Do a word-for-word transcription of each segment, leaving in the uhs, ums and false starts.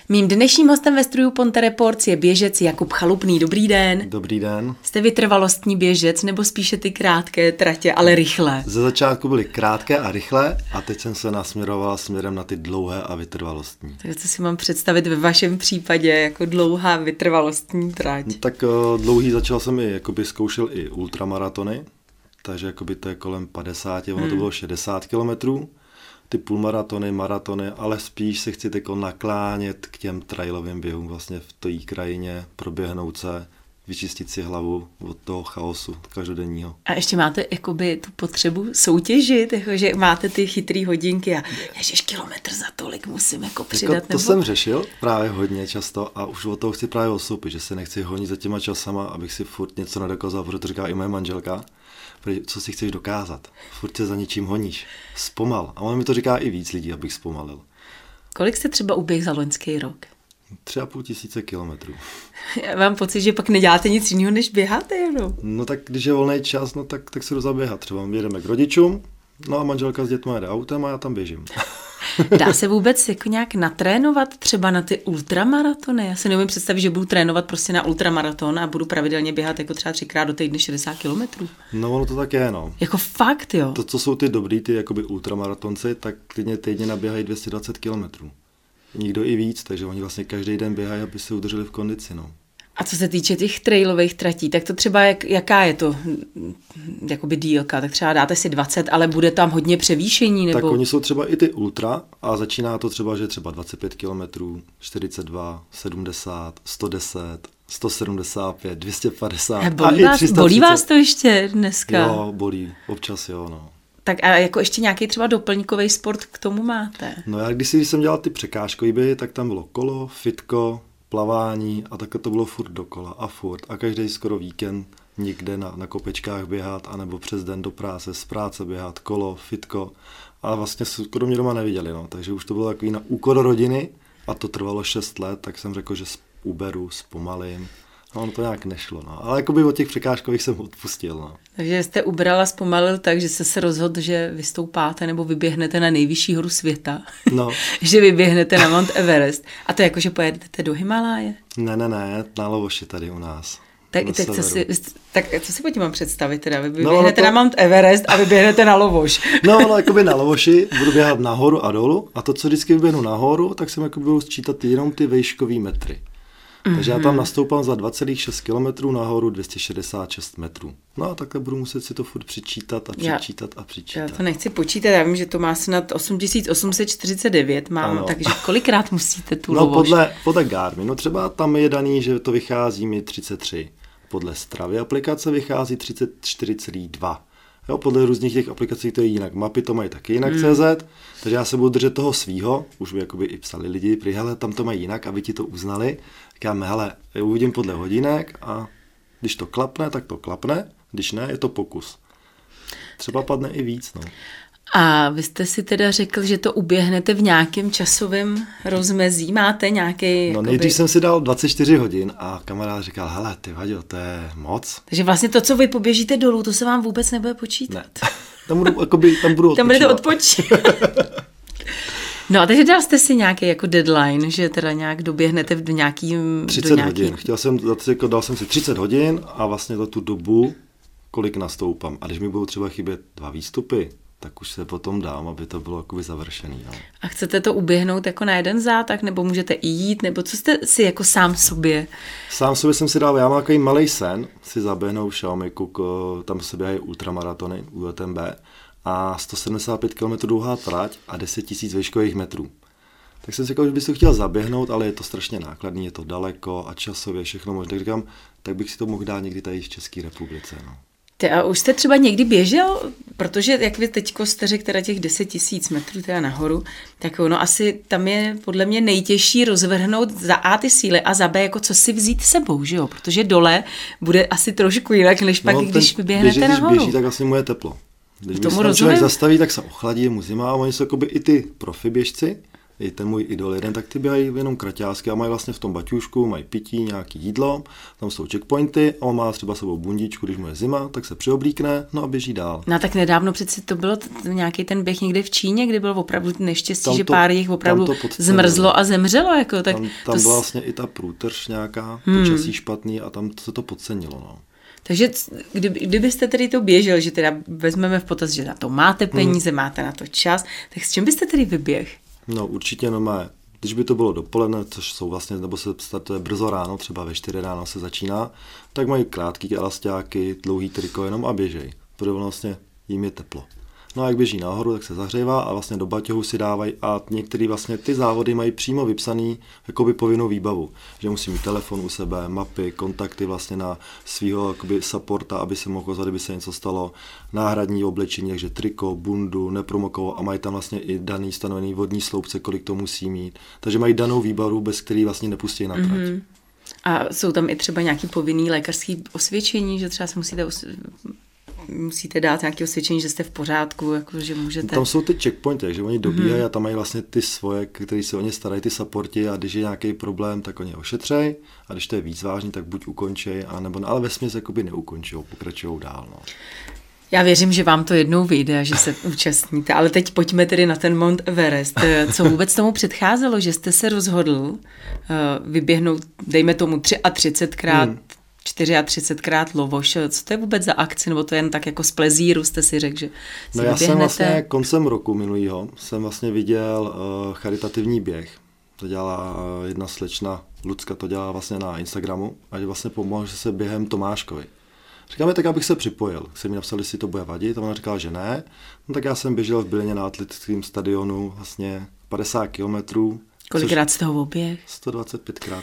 Mým dnešním hostem ve studiu Ponte Reports je běžec Jakub Chalupný. Dobrý den. Dobrý den. Jste vytrvalostní běžec nebo spíše ty krátké tratě, ale rychlé? Ze začátku byly krátké a rychlé a teď jsem se nasměroval směrem na ty dlouhé a vytrvalostní. Tak co si mám představit ve vašem případě jako dlouhá vytrvalostní trať? No, tak uh, dlouhý začal jsem i, jakoby zkoušel i ultramaratony, takže jakoby to je kolem padesát, ono hmm. to bylo šedesát kilometrů. Ty půlmaratony, maratony, ale spíš se chci jako naklánět k těm trailovým běhům vlastně v té krajině, proběhnout se, vyčistit si hlavu od toho chaosu každodenního. A ještě máte jakoby tu potřebu soutěžit, jako že máte ty chytrý hodinky a ježiš, kilometr za tolik musím jako přidat. Jako to nebo... jsem řešil právě hodně často a už od toho chci právě odstoupit, že se nechci honit za těma časama, abych si furt něco nedokázal, protože to říká i moje manželka. Co si chceš dokázat? Furt se za něčím honíš. Zpomal. A on mi to říká i víc lidí, abych zpomalil. Kolik jste třeba uběh za loňský rok? Tři a půl tisíce kilometrů. Já mám pocit, že pak neděláte nic jiného, než běháte jenom. No tak když je volný čas, no tak, tak se jdu zaběhat. Třeba jedeme k rodičům, no a manželka s dětma jede autem a já tam běžím. Dá se vůbec jako nějak natrénovat třeba na ty ultramaratony? Já si neumím představit, že budu trénovat prostě na ultramaraton a budu pravidelně běhat jako třeba třikrát do týdne šedesát kilometrů. No ono to tak je, no. Jako fakt, jo? To, co jsou ty dobrý, ty jakoby ultramaratonci, tak klidně týdně naběhají dvě stě dvacet kilometrů. Nikdo i víc, takže oni vlastně každý den běhají, aby se udrželi v kondici, no. A co se týče těch trailových tratí, tak to třeba jak, jaká je to jakoby dílka? Tak třeba dáte si dvacet, ale bude tam hodně převýšení? Nebo... Tak oni jsou třeba i ty ultra a začíná to třeba, že třeba dvacet pět kilometrů, čtyřicet dva, sedmdesát, sto deset, sto sedmdesát pět, dvě stě padesát bolí a vás, i tři sta třicet. Bolí vás to ještě dneska? Jo, bolí, občas jo, no. Tak a jako ještě nějaký třeba doplňkový sport k tomu máte? No já když jsem dělal ty překážkový běhy, tak tam bylo kolo, fitko, plavání a takhle to bylo furt dokola a furt. A každý skoro víkend někde na, na kopečkách běhat, anebo přes den do práce, z práce běhat, kolo, fitko. A vlastně skoro mě doma neviděli, no. Takže už to bylo takový na úkor rodiny a to trvalo šest let, tak jsem řekl, že uberu, zpomalím. No, ono to nějak nešlo, no. Ale jakoby od těch překážkových jsem odpustil, no. Takže jste ubral a zpomalil tak, že jste se rozhodl, že vystoupáte nebo vyběhnete na nejvyšší horu světa. No. Že vyběhnete na Mount Everest. A to jako, že pojedete do Himaláje? Ne, ne, ne, na Lovoši tady u nás. Tak, tak, co si, tak co si pod tím mám představit teda? Vy no, vyběhnete to... na Mount Everest a vyběhnete na Lovoš. No, no, jakoby na Lovoši budu běhat nahoru a dolů a to, co vždycky vyběhnu nahoru, tak jsem jako budu sčítat jenom ty vejškový metry. Takže já tam nastoupám za dva celá šest kilometrů nahoru dvě stě šedesát šest metrů. No a takhle budu muset si to furt přičítat a přičítat já, a přičítat. Já to nechci počítat, já vím, že to má snad osm tisíc osm set čtyřicet devět, mám, takže kolikrát musíte tu no, Lovoš? Podle, podle Garmin, no třeba tam je daný, že to vychází mi třicet tři. Podle Stravy aplikace vychází třicet čtyři celá dva. Jo, podle různých těch aplikací to je jinak. Mapy to mají taky jinak hmm. C Z, takže já se budu držet toho svýho, už by jakoby i psali lidi, prý, hele, tam to mají jinak, aby ti to uznali. Říkám, hele, uvidím podle hodinek a když to klapne, tak to klapne, když ne, je to pokus. Třeba padne i víc, no. A vy jste si teda řekl, že to uběhnete v nějakém časovém rozmezí, máte nějaký... No nejdřív jsem si dal dvacet čtyři hodin a kamarád říkal, hele, ty Vaďo, to je moc. Takže vlastně to, co vy poběžíte dolů, to se vám vůbec nebude počítat. Ne, tam budu, jakoby, tam budu Tam budete odpočívat. No a takže dal jste si nějaký jako deadline, že teda nějak doběhnete v nějakým... třicet do nějaký... hodin, chtěl jsem, jako dal jsem si třicet hodin a vlastně za tu dobu, kolik nastoupám. A když mi budou třeba chybět dva výstupy, tak už se potom dám, aby to bylo jakoby završený. No. A chcete to uběhnout jako na jeden zátah, nebo můžete i jít, nebo co jste si jako sám sobě? Sám sobě jsem si dal, já mám takový malej sen, si zaběhnout v Xiaomi, tam se běhají ultramaratony, U T M B, a sto sedmdesát pět kilometrů dlouhá trať a deset tisíc výškových metrů. Tak jsem si říkal, že bych to chtěl zaběhnout, ale je to strašně nákladný, je to daleko a časově všechno možné. Tak říkám, tak bych si to mohl dát někdy tady v České republice. No. Ty a už jste třeba někdy běžel, protože jak vy teďko jste řekl teda těch deset tisíc metrů teda nahoru, tak ono asi tam je podle mě nejtěžší rozvrhnout za A ty síly a za B jako co si vzít sebou, že jo? Protože dole bude asi trošku jinak, než pak, no, když vyběhnete běží, nahoru. Když běží, tak vlastně mu je teplo. Když tomu se člověk zastaví, tak se ochladí, mu zima a oni jsou jakoby i ty profi běžci, i ten můj idol jeden, tak ty běhají jenom kraťásky a mají vlastně v tom baťušku, mají pití, nějaký jídlo, tam jsou checkpointy a on má třeba sebou bundičku, když mu je zima, tak se přioblíkne, no a běží dál. No tak nedávno přeci to bylo t- nějaký ten běh někde v Číně, kde bylo opravdu neštěstí, Tam že to- pár jich opravdu tam to podcenili. zmrzlo a zemřelo, jako tak Tam, tam to byla s- vlastně i ta průtrž nějaká, Hmm. počasí špatný a tam se to podcenilo, no. Takže c- kdyby, kdybyste tedy to běžel, že teda vezmeme v potaz, že na to máte peníze, hmm. máte na to čas, tak s čím byste tedy vyběh? No určitě no má, když by to bylo dopoledne, což jsou vlastně, nebo se startuje brzo ráno, třeba ve čtyři ráno se začíná, tak mají krátký elastáky, dlouhý triko jenom a běžej, protože vlastně jim je teplo. No a jak běží nahoru, tak se zahřívá a vlastně do baťohu si dávají a některé vlastně ty závody mají přímo vypsaný jakoby povinnou výbavu, že musí mít telefon u sebe, mapy, kontakty vlastně na svého jakoby supporta, aby se mohl ozvat, kdyby se něco stalo, náhradní oblečení, takže triko, bundu, nepromokovo a mají tam vlastně i daný stanovený vodní sloupce, kolik to musí mít. Takže mají danou výbavu, bez který vlastně nepustí na trať. Mm-hmm. A jsou tam i třeba nějaký povinný lékařský osvědčení, že třeba se musíte os... musíte dát nějaké osvědčení, že jste v pořádku, jako že můžete... Tam jsou ty checkpointy, takže oni dobíhají mm. a tam mají vlastně ty svoje, který se o ně starají, ty supporti a když je nějaký problém, tak oni ošetřej a když to je víc vážný, tak buď ukončej, anebo, ale vesměs jakoby neukončují, pokračují dál. No. Já věřím, že vám to jednou vyjde a že se účastníte, ale teď pojďme tedy na ten Mount Everest. Co vůbec tomu předcházelo, že jste se rozhodl uh, vyběhnout, dejme tomu třiatřicetkrát, hmm. čtyřiatřicetkrát Lovoš. Co to je vůbec za akci, nebo to jen tak jako z plezíru jste si řekl, že si No já vyběhnete? jsem vlastně koncem roku minulýho jsem vlastně viděl uh, charitativní běh. To dělá uh, jedna slečna, Lucka, to dělá vlastně na Instagramu a že vlastně pomohl, že se během Tomáškovi. Říkáme, tak abych se připojil. Jsem mi napsal, jestli to bude vadit, a ona říkala, že ne. No tak já jsem běžel v Bylině na atletickém stadionu vlastně padesát kilometrů. Kolikrát jste ho oběh? sto dvacet pětkrát.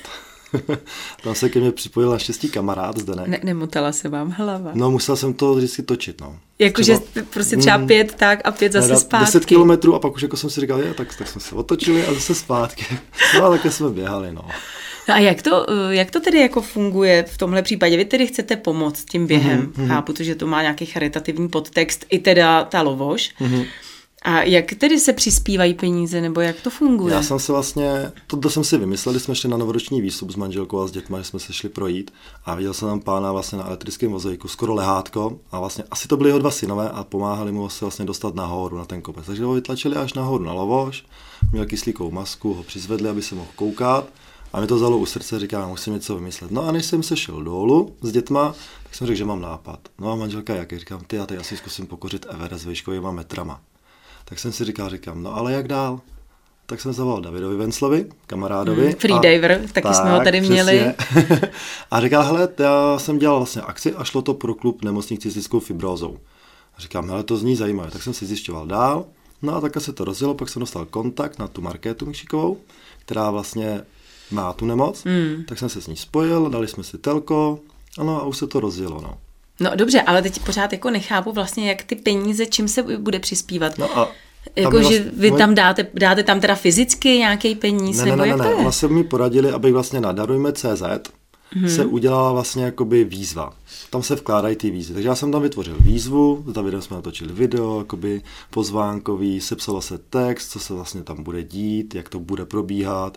Tam se ke mně připojil naštěstí kamarád Zdenek. Ne, nemotala se vám hlava? No musel jsem to vždycky točit, no. Jakože prostě třeba pět tak a pět zase ne, zpátky. deset kilometrů a pak už jako jsem si říkal, je, tak, tak jsme se otočili a zase zpátky. No a takhle jsme běhali, no. No a jak to, jak to tedy jako funguje v tomhle případě? Vy tedy chcete pomoct tím během, mm-hmm. chápu to, že to má nějaký charitativní podtext, i teda ta Lovoš. Mm-hmm. A jak tedy se přispívají peníze, nebo jak to funguje? Já jsem se vlastně, to jsem si vymyslel, když jsme šli na novoroční výstup s manželkou a s dětma, že jsme se šli projít a viděl jsem tam pána vlastně na elektrickém vozejku, skoro lehátko a vlastně asi to byly jeho dva synové a pomáhali mu se vlastně dostat nahoru na ten kopec. Takže ho vytlačili až nahoru na Lovoš, měl kyslíkovou masku, ho přizvedli, aby se mohl koukat a mi to vzalo u srdce, říkám, musím něco vymyslet. No a než jsem se šel dolů s dětma, tak jsem řekl, že mám nápad. No a manželka jaký? Říkám, ty, já teď asi zkusím pokořit Everest výškovýma metrama. Tak jsem si říkal, říkám, no ale jak dál? Tak jsem zavolal Davidovi Venclovi, kamarádovi. Hmm, freediver, taky tak, jsme ho tady měli. A říkal, hele, já jsem dělal vlastně akci a šlo to pro klub nemocných cystickou fibrózou. A říkám, hele, to zní zajímavé, tak jsem si zjišťoval dál. No a takhle se to rozjelo, pak jsem dostal kontakt na tu Markétu Mišikovou, která vlastně má tu nemoc. Hmm. Tak jsem se s ní spojil, dali jsme si telko, ano a už se to rozjelo, no. No dobře, ale teď pořád jako nechápu vlastně, jak ty peníze, čím se bude přispívat. No a jako, vlastně, že vy tam dáte, dáte tam teda fyzicky nějaký peníz, ne, nebo ne, jak ne, to ne. je? Ona se mi poradili, abych vlastně na darujme tečka cé zet hmm. se udělala vlastně jakoby výzva. Tam se vkládají ty výzvy. Takže já jsem tam vytvořil výzvu, s Davidem jsme natočili video, jakoby pozvánkový, sepsalo se text, co se vlastně tam bude dít, jak to bude probíhat.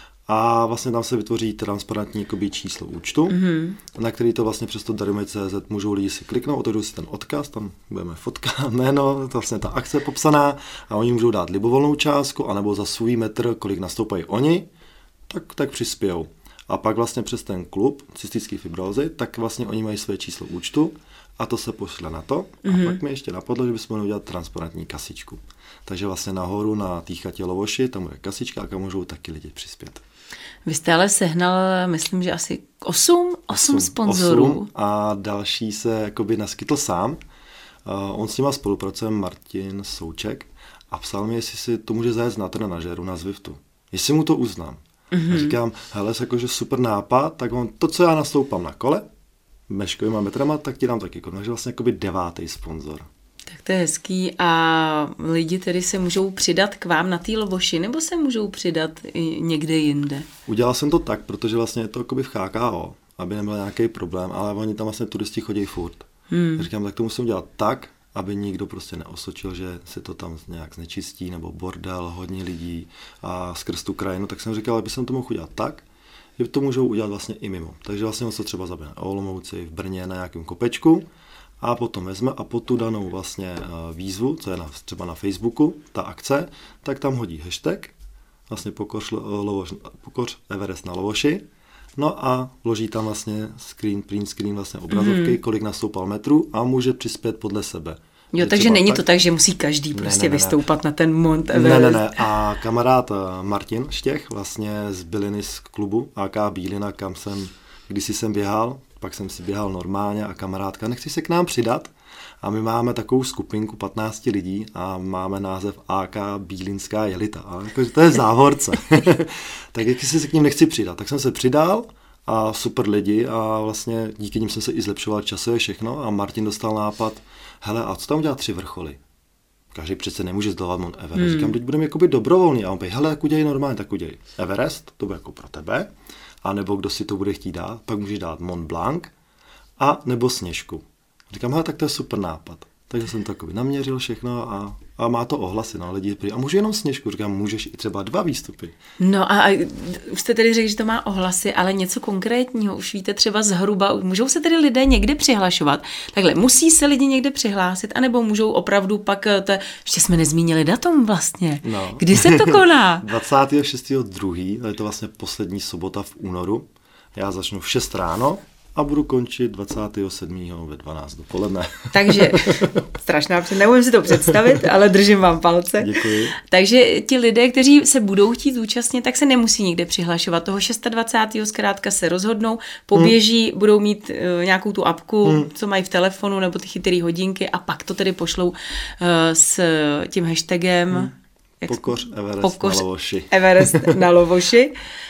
A vlastně tam se vytvoří transparentní jakoby, číslo účtu, mm-hmm. na který to vlastně přes to darujme tečka cé zet můžou lidi si kliknout, otevřou si ten odkaz, tam budeme fotka, jméno, to vlastně ta akce popsaná a oni můžou dát libovolnou částku, anebo za svůj metr, kolik nastoupají oni, tak, tak přispějou. A pak vlastně přes ten klub cystické fibrózy, tak vlastně oni mají své číslo účtu a to se pošle na to. Mm-hmm. A pak mi ještě napadlo, že bychom mohli udělat transparentní kasičku. Takže vlastně nahoru na té chatě Lovoši, tam bude kasička a kam můžou taky lidi přispět. Vy jste ale sehnal, myslím, že asi osm, osm sponzorů. osm a další se jakoby naskytl sám. Uh, on s nima spolupracuje, Martin Souček, a psal mi, jestli si to může zajet na trenažéru na Zwiftu. Jestli mu to uznám. Mm-hmm. A říkám, hele, jakože super nápad, tak on, to, co já nastoupám na kole, meškovýma metrama, tak ti dám taky kolo. Takže vlastně jakoby devátý sponzor. Tak to je hezký. A lidi tedy se můžou přidat k vám na té Lovoši, nebo se můžou přidat i někde jinde? Udělal jsem to tak, protože vlastně je to jakoby v H K O, aby nebyl nějaký problém, ale oni tam vlastně turisti chodí furt. Hmm. Říkám, tak to musím dělat tak, aby nikdo prostě neosočil, že se to tam nějak znečistí, nebo bordel, hodně lidí a skrz tu krajinu, tak jsem říkal, aby jsem to mohl udělat tak, že to můžou udělat vlastně i mimo. Takže vlastně on se třeba zabije na Olomouci, v Brně, na nějakém kopečku a potom vezme a po tu danou vlastně výzvu, co je na, třeba na Facebooku, ta akce, tak tam hodí hashtag, vlastně pokoř, lovoš, pokoř Everest na Lovoši, no a vloží tam vlastně screen, print screen vlastně obrazovky, mm. kolik nastoupal metrů a může přispět podle sebe. Jo, takže není tak... to tak, že musí každý prostě ne, ne, ne, vystoupat ne. na ten Mont Ne, Everest. ne, ne. A kamarád Martin Štěch vlastně z Byliny z klubu á ká Bílina, kam jsem, kdysi jsem běhal, pak jsem si běhal normálně a kamarádka, nechci se k nám přidat? A my máme takovou skupinku patnáct lidí a máme název á ká Bílinská jelita. A jako, to je závorce. Tak jestli se k ním nechci přidat, tak jsem se přidal a super lidi a vlastně díky nim jsem se i zlepšoval časově všechno a Martin dostal nápad, hele, a co tam udělat tři vrcholy? Každý přece nemůže zdolovat Mont Everest. Hmm. Říkám, teď budeme jakoby dobrovolný. A on pěj, hele, tak udělej normálně, tak udělej Everest, to bude jako pro tebe, a nebo kdo si to bude chtít dát, pak můžeš dát Mont Blanc a nebo Sněžku. Říkám, hele, tak to je super nápad. Takže jsem takový naměřil všechno a, a má to ohlasy, no, lidi prý, a můžu jenom Sněžku, říkám, můžeš i třeba dva výstupy. No a, a už jste tedy řekli, že to má ohlasy, ale něco konkrétního, už víte třeba zhruba, můžou se tedy lidé někde přihlašovat? Takhle, musí se lidi někde přihlásit, anebo můžou opravdu pak, to, ještě jsme nezmínili datum vlastně, no. Kdy se to koná? dvacátého šestého druhého je to vlastně poslední sobota v únoru, já začnu v šest ráno, a budu končit dvacátého sedmého ve dvanáct dopoledne. Takže, strašná, neumím si to představit, ale držím vám palce. Děkuji. Takže ti lidé, kteří se budou chtít zúčastnit, tak se nemusí nikde přihlašovat. Toho dvacátého šestého zkrátka se rozhodnou, poběží, hmm. budou mít uh, nějakou tu apku, hmm. co mají v telefonu, nebo ty chytrý hodinky a pak to tedy pošlou uh, s tím hashtagem hmm. Pokoř Everest Pokoř na Lovoši. Everest na Lovoši.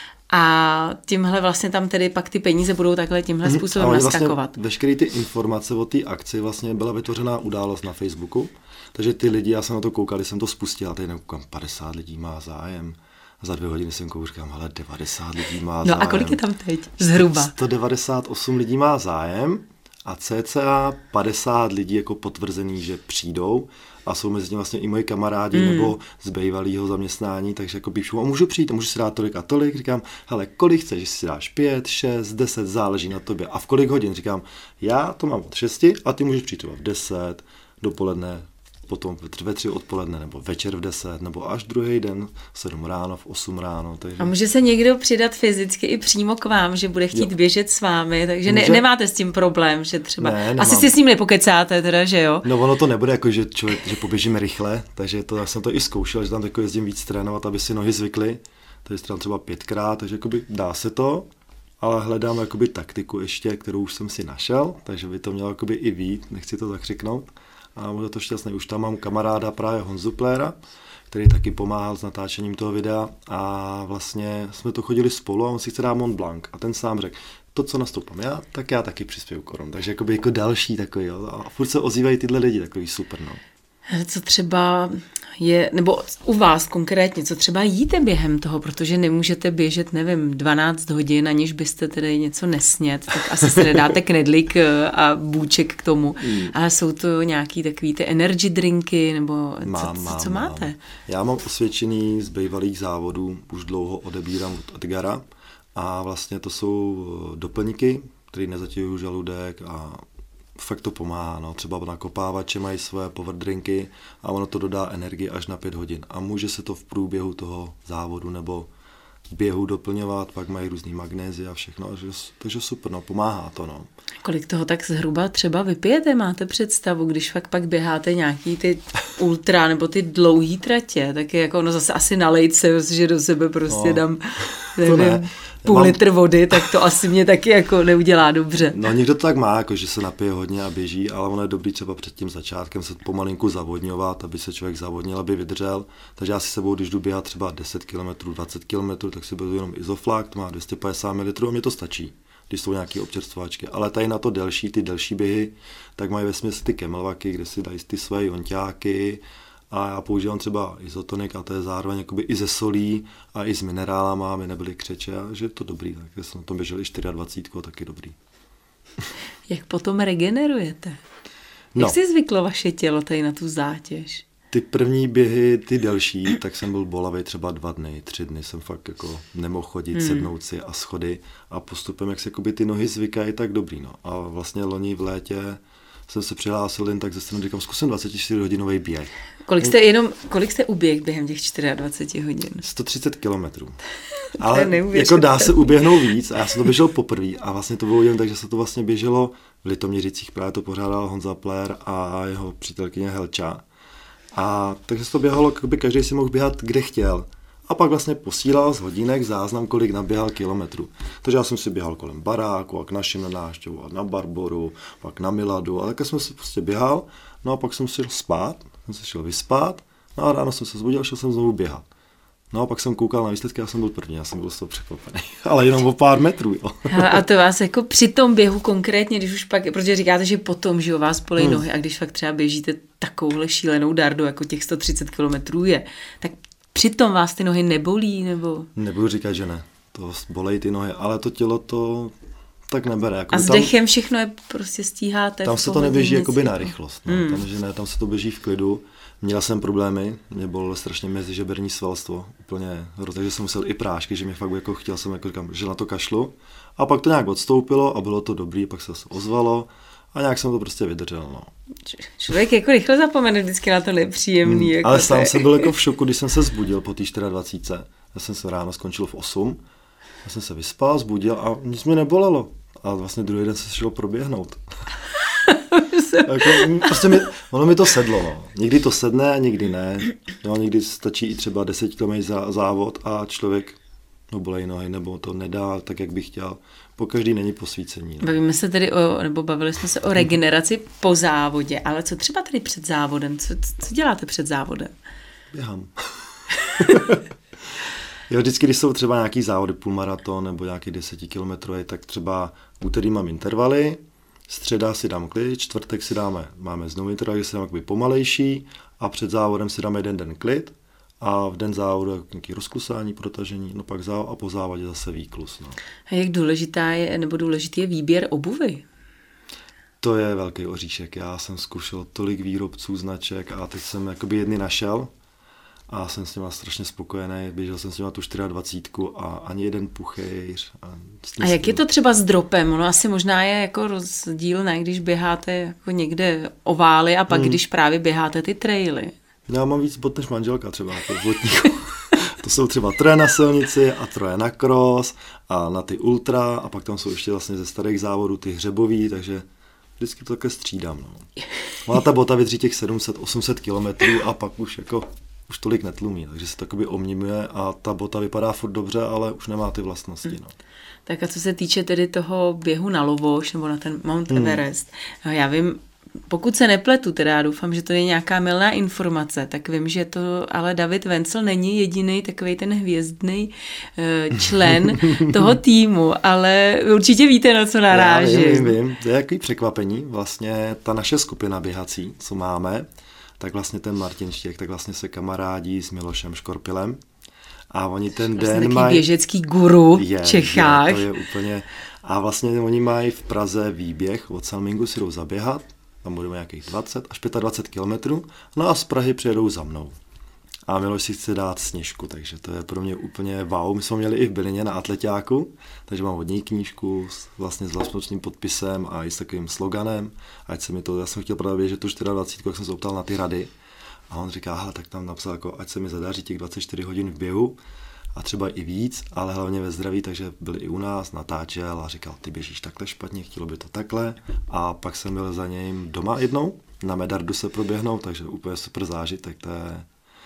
A tímhle vlastně tam tedy pak ty peníze budou takhle tímhle způsobem hmm, naskakovat. Vlastně veškeré ty informace o té akci vlastně byla vytvořená událost na Facebooku, takže ty lidi, já jsem na to koukal, když jsem to spustil, a teď nekoukám, padesát lidí má zájem. A za dvě hodiny jsem koukal, říkám, hele, devadesát lidí má zájem. No a kolik je tam teď? Zhruba. sto devadesát osm lidí má zájem a cca padesát lidí jako potvrzený, že přijdou. A jsou mezi tím vlastně i moji kamarádi mm. nebo z bývalého zaměstnání, takže jako píšu, a můžu přijít, a můžu si dát tolik a tolik, říkám, hele, kolik chceš, že si dáš pět, šest, deset, záleží na tobě. A v kolik hodin, říkám, já to mám od šesti a ty můžeš přijít třeba v deset, dopoledne, potom ve tři odpoledne, nebo večer v deset, nebo až druhý den, v sedm ráno, v osm ráno. Takže... A může se někdo přidat fyzicky i přímo k vám, že bude chtít jo. běžet s vámi, takže ne, nemáte s tím problém, že třeba, ne, asi si s ním nepokecáte teda, že jo? No ono to nebude jako, že člověk, že poběžíme rychle, takže to, já jsem to i zkoušel, že tam tako jezdím víc trénovat, aby si nohy zvykly, takže třeba třeba pětkrát, takže jakoby dá se to, ale hledám jakoby taktiku ještě, kterou už jsem si našel, takže by to mělo jakoby i vít, nechci to zakřiknout. A budu to šťastný. Už tam mám kamaráda právě Honzu Pléra, který taky pomáhal s natáčením toho videa a vlastně jsme to chodili spolu a on si chce dát Mont Blanc a ten sám řekl, to, co nastoupám já, tak já taky přispěju korun. Takže jakoby jako další takový, jo. A furt se ozývají tyhle lidi, takový super, no. Co třeba je, nebo u vás konkrétně, co třeba jíte během toho, protože nemůžete běžet, nevím, dvanáct hodin, aniž byste tedy něco nesnět, tak asi se nedáte knedlík a bůček k tomu, mm. ale jsou to nějaký takový ty energy drinky, nebo mám, co, mám, co máte? Mám. Já mám osvědčený z bývalých závodů, už dlouho odebírám od Edgara a vlastně to jsou doplňky, které nezatěžují žaludek a fakt to pomáhá, no. Třeba nakopávače mají své power drinky a ono to dodá energii až na pět hodin. A může se to v průběhu toho závodu nebo běhu doplňovat, pak mají různý magnézy a všechno, takže, takže super, no, pomáhá to, no. Kolik toho tak zhruba třeba vypijete, máte představu, když fakt pak běháte nějaký ty ultra nebo ty dlouhý tratě, tak je jako, no zase asi nalejt se, že do sebe prostě no, dám, nevím, ne. půl mám... litr vody, tak to asi mě taky jako neudělá dobře. No někdo to tak má, jako že se napije hodně a běží, ale ono je dobrý třeba před tím začátkem se pomalinku zavodňovat, aby se člověk zavodnil, aby vydržel, takže já si sebou, když jdu běhat třeba deset kilometrů, dvacet kilometrů, tak si beru jenom Isoflak, to má dvě stě padesát mililitrů a mě to stačí, když jsou nějaké občerstvovačky. Ale tady na to delší, ty delší běhy, tak mají vesměs ty Camelvaky, kde si dají ty své jonťáky a já používám třeba izotonik a to je zároveň jakoby i ze solí a i s minerálama, aby nebyly křeče a že je to dobrý. Tak jsem na tom běžel i dvacet čtyři, taky dobrý. Jak potom regenerujete? Jak jsi zvyklo vaše tělo tady na tu zátěž? Ty první běhy, ty delší, tak jsem byl bolavý třeba dva dny, tři dny jsem fakt jako nemohl chodit, hmm. sednout si a schody a postupem, jak se jakoby ty nohy zvykají, tak dobrý. No. A vlastně loni v létě jsem se přihlásil jen tak ze strany, říkám, zkusím dvacetičtyřhodinový běh. Kolik jste, jenom, kolik jste uběh během těch dvacet čtyři hodin? sto třicet kilometrů. Ale jako dá se uběhnout víc a já jsem to běžel poprvé a vlastně to bylo jen tak, že se to vlastně běželo v Litoměřicích, právě to pořádal Honza Plér a jeho přítelkyně Helča. A takže se to běhalo, kdyby každý si mohl běhat, kde chtěl. A pak vlastně posílal z hodinek záznam, kolik naběhal kilometrů. Takže já jsem si běhal kolem baráku, a k našim na návštěvu, a na Barboru, pak na Miladu, a tak jsem si prostě běhal. No a pak jsem šel spát, jsem se šel vyspát, no a ráno jsem se zbudil, šel jsem znovu běhat. No a pak jsem koukal na výsledky, já jsem byl první, já jsem byl z toho překvapený, ale jenom o pár metrů. Jo. A to vás jako při tom běhu konkrétně, když už pak, protože říkáte, že potom, že jo, vás bolej nohy a když fakt třeba běžíte takovouhle šílenou dardu, jako těch sto třicet kilometrů je, tak přitom vás ty nohy nebolí, nebo? Nebudu říkat, že ne, to bolej ty nohy, ale to tělo to tak nebere. Jako a s dechem tam, všechno je prostě stíháte. Tam se to neběží jakoby na rychlost, no. hmm. tam, že ne, tam se to běží v klidu. Měl jsem problémy, mě bylo strašně mezižeberní svalstvo, úplně, takže jsem musel i prášky, že mě fakt jako chtěl jsem, jako říkám, že na to kašlu. A pak to nějak odstoupilo a bylo to dobrý, pak se to ozvalo a nějak jsem to prostě vydržel. No. Člověk jako rychle zapomene vždycky na to nepříjemný. Hmm, jako ale sám jsem byl jako v šoku, když jsem se zbudil po té dvacet čtyři. Já jsem se ráno skončil v osm, já jsem se vyspal, zbudil a nic mě nebolelo. A vlastně druhý den se šel proběhnout. jako, prostě mi, ono mi to sedlo. No. Někdy to sedne, někdy ne. Jo, někdy stačí i třeba deset kilometrů za závod a člověk no, bolej nohy, nebo to nedá tak, jak by chtěl. Po každý není posvícení. No. Bavíme se tedy o, nebo bavili jsme se o regeneraci po závodě, ale co třeba tady před závodem? Co, co děláte před závodem? Běhám. Jo, vždycky, když jsou třeba nějaký závody, půlmaraton nebo nějaký desetikilometrový, tak třeba úterý mám intervaly, středa si dám klid, čtvrtek si dáme, máme znovu intervaly, si dáme pomalejší a před závodem si dáme jeden den klid a v den závodu nějaký rozklusání, protažení, no pak závod a po závodě zase výklus. No. A jak důležitá je, nebo důležitý je výběr obuvy? To je velký oříšek. Já jsem zkušel tolik výrobců značek a teď jsem jakoby jedny našel. A jsem s nima strašně spokojený, běžel jsem s nima tu dvacet čtyři a ani jeden puchejř. A, a jak je to třeba s dropem? Ono asi možná je jako rozdíl, ne, když běháte jako někde ovály a pak hmm. když právě běháte ty traily. Já mám víc bot než manželka třeba jako v botníku. To jsou třeba troje na silnici a troje na cross a na ty ultra a pak tam jsou ještě vlastně ze starých závodů ty hřebový, takže vždycky to také střídám. No. Má ta bota vydrží těch sedm set osm set kilometrů a pak už jako už tolik netlumí, takže se takoby omnimuje a ta bota vypadá furt dobře, ale už nemá ty vlastnosti. No. Tak a co se týče tedy toho běhu na Lovoš nebo na ten Mount Everest, hmm. já vím, pokud se nepletu, teda já doufám, že to je nějaká mylná informace, tak vím, že to ale David Wenzl není jediný takovej ten hvězdný uh, člen toho týmu, ale určitě víte, na co narážím. Já vím, vím, vím. To je takový překvapení, vlastně ta naše skupina běhací, co máme, tak vlastně ten Martin Štěch, tak vlastně se kamarádí s Milošem Škorpilem a oni ten vlastně den mají... běžecký guru v Čechách. Je, to je úplně... A vlastně oni mají v Praze výběh, od Salmingu si jdou zaběhat, tam budeme nějakých dvacet až dvacet pět kilometrů, no a z Prahy přijedou za mnou. A Miloš si chce dát Sněžku, takže to je pro mě úplně wow. My jsme měli i v Bylině na atleťáku, takže mám od něj knížku s, vlastně s vlastnostním podpisem a i s takovým sloganem. Ať se mi to, já jsem chtěl právě běžet tu dvacet čtyři, jak jsem se optal na ty rady. A on říká, hele, tak tam napsal, jako, ať se mi zadaří těch dvacet čtyři hodin v běhu a třeba i víc, ale hlavně ve zdraví, takže byl i u nás, natáčel a říkal, ty běžíš takhle špatně, chtělo by to takhle. A pak jsem byl za něm doma jednou, na Medardu se proběhnout, takže úplně super zážitek, to je...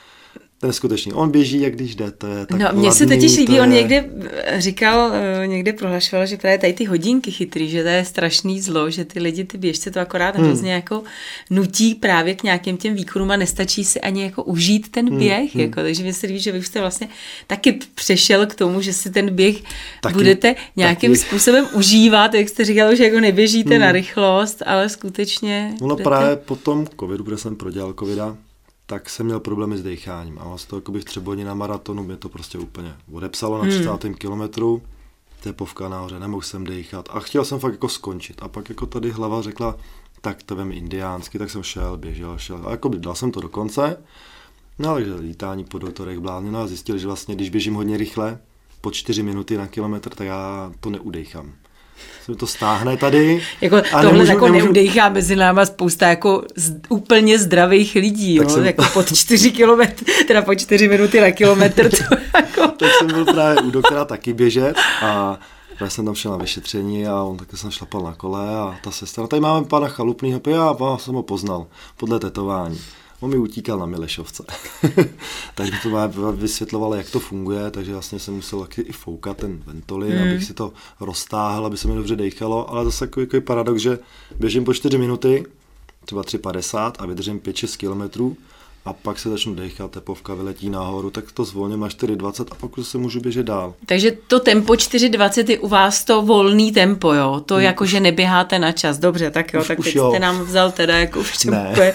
Ten skutečný. On běží, jak když jde, to je tak No, mně se totiž líbí, je... on někde říkal, někde prohlašoval, že právě tady ty hodinky chytrý, že to je strašný zlo, že ty lidi, ty běžce to akorát hmm. hrozně jako nutí právě k nějakým těm výkonům a nestačí si ani jako užít ten běh, hmm. jako, takže mi se líbí, že vy jste vlastně taky přešel k tomu, že si ten běh taky, budete nějakým taky. způsobem užívat, jak jste říkal, že jako neběžíte hmm. na rychlost, ale skutečně... No budete... právě po tom covidu, kde jsem prodělal covida, tak jsem měl problémy s decháním a vlastně to v Třeboni na maratonu mě to prostě úplně odepsalo na třicátém Hmm. kilometru, tepovka nahoře, nemohl jsem dechat a chtěl jsem fakt jako skončit a pak jako tady hlava řekla, tak to vem indiánsky, tak jsem šel, běžel, šel. A jako dal jsem to do konce, no takže lítání po doktorech blázně, no a zjistil, že vlastně, když běžím hodně rychle, po čtyři minuty na kilometr, tak já to neudejchám. Se mi to stáhne tady. Jako tohle nemůžu, jako nemůžu... neudejchá mezi náma spousta jako z, úplně zdravých lidí, jo? Jsem... jako pod čtyři kilometry, teda po čtyři minuty na kilometr. To jako... tak jsem byl právě u doktora taky běžet a já jsem tam šel na vyšetření a on taky jsem šlapal na kole a ta sestra, tady máme pana Chalupnýho, já, já jsem ho poznal podle tetování. On mi utíkal na Milešovce. Takže to má vysvětlovalo, jak to funguje, takže vlastně jsem musel i foukat ten ventolin, mm. abych si to roztáhl, aby se mi dobře dejchalo, ale zase takový, takový paradox, že běžím po čtyři minuty, třeba tři padesát a vydržím pět šest kilometrů a pak se začnu dechat, tepovka vyletí nahoru, tak to zvolním na čtyři dvacet a pak se můžu běžet dál. Takže to tempo čtyři dvacet je u vás to volný tempo, jo? To hmm. jako, že neběháte na čas. Dobře, tak jo, už, tak už teď jo. Jste nám vzal teda jako v čem ne.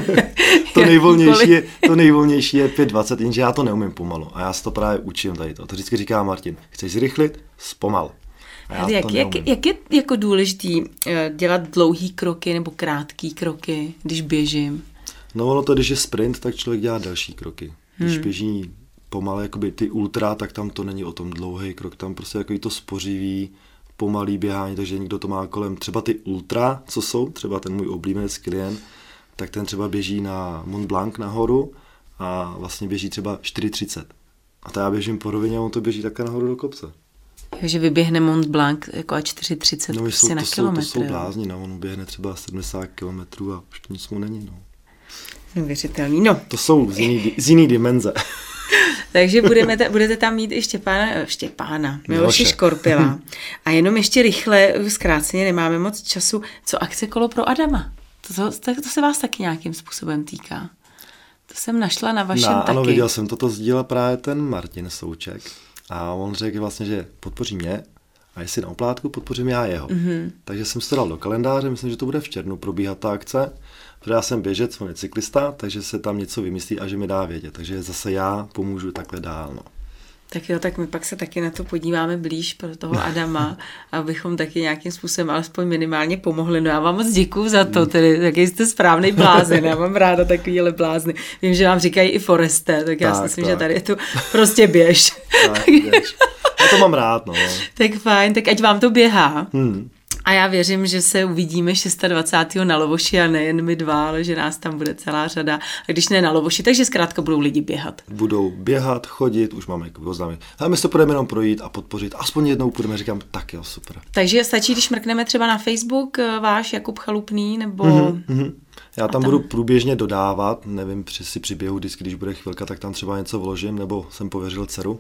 to, nejvolnější je, to nejvolnější je pět dvacet, jenže já to neumím pomalu a já se to právě učím tady to. To vždycky říká Martin, chceš zrychlit? Zpomal. Jak, jak, jak je jako důležitý dělat dlouhý kroky nebo krátký kroky, když běžím? No ono to, když je sprint, tak člověk dělá další kroky. Když hmm. běží pomalé, jakoby ty ultra, tak tam to není o tom dlouhý krok, tam prostě jako to spořivý, pomalý běhání, takže někdo to má kolem, třeba ty ultra, co jsou, třeba ten můj oblíbenec klient, tak ten třeba běží na Mont Blanc nahoru a vlastně běží třeba čtyři třicet. A to já běžím po rovině a on to běží takhle nahoru do kopce. Takže vyběhne Mont Blanc jako a čtyři třicet no, prostě jsou, na to kilometr. Jsou, to jsou blázni, no, on běhne třeba sedmdesát kilometrů a už nic mu není, no. Neuvěřitelný, no. To jsou z jiný, z jiný dimenze. Takže budeme ta, budete tam mít i Štěpána, Štěpána Miloše Škorpila. A jenom ještě rychle, zkráceně, nemáme moc času, co akce Kolo pro Adama? To, to, to se vás taky nějakým způsobem týká. To jsem našla na vašem no, taky. Ano, viděl jsem, toto sdílel právě ten Martin Souček. A on řekl vlastně, že podpoří mě a jestli na oplátku podpořím já jeho. Mm-hmm. Takže jsem se dal do kalendáře, myslím, že to bude v červnu probíhat ta akce. Protože já jsem běžec, on je cyklista, takže se tam něco vymyslí a že mi dá vědět. Takže zase já pomůžu takhle dál. No. Tak jo, tak my pak se taky na to podíváme blíž pro toho Adama, abychom taky nějakým způsobem alespoň minimálně pomohli. No já vám moc děkuju za to, tedy taky jste správnej blázen, já mám ráda takovýhle blázny. Vím, že vám říkají i Foreste, tak já tak, si myslím, tak. že tady je tu prostě běž. Tak, běž. Já to mám rád, no. Tak fajn, tak ať vám to běhá. Hmm. A já věřím, že se uvidíme dvacátého šestého na Lovoši a nejen my dva, ale že nás tam bude celá řada. A když ne na Lovoši, takže zkrátka budou lidi běhat. Budou běhat, chodit, už máme oznámy. Ale my se půjdeme jenom projít a podpořit. Aspoň jednou půjdeme, říkám, tak jo, super. Takže stačí, když mrkneme třeba na Facebook váš Jakub Chalupný, nebo... Mm-hmm, mm-hmm. Já tam, tam budu průběžně dodávat, nevím, při si přiběhu vždycky, když bude chvilka, tak tam třeba něco vložím, nebo jsem pověřil dceru.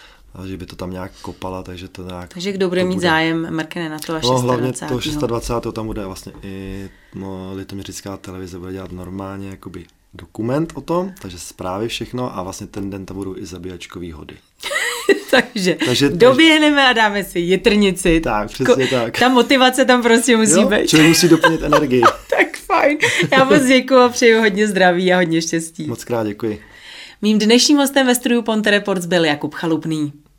A že by to tam nějak kopala, takže to nějak... Takže kdo bude mít bude. zájem, mrkne na to až no, hlavně to dvacátého šestého tam bude vlastně i no, Litoměřická televize bude dělat normálně jakoby dokument o tom, takže zprávy všechno a vlastně ten den tam budou i zabíjačkový hody. takže, takže doběhneme a dáme si jitrnici. Tak, přesně Ko- tak. Ta motivace tam prostě musí být. Člověk musí doplnit energii. Tak fajn. Já moc děkuju a přeju hodně zdraví a hodně štěstí. Moc krát děkuji. Mým dnešním hostem ve studiu Ponte Reports byl Jakub Chalupný.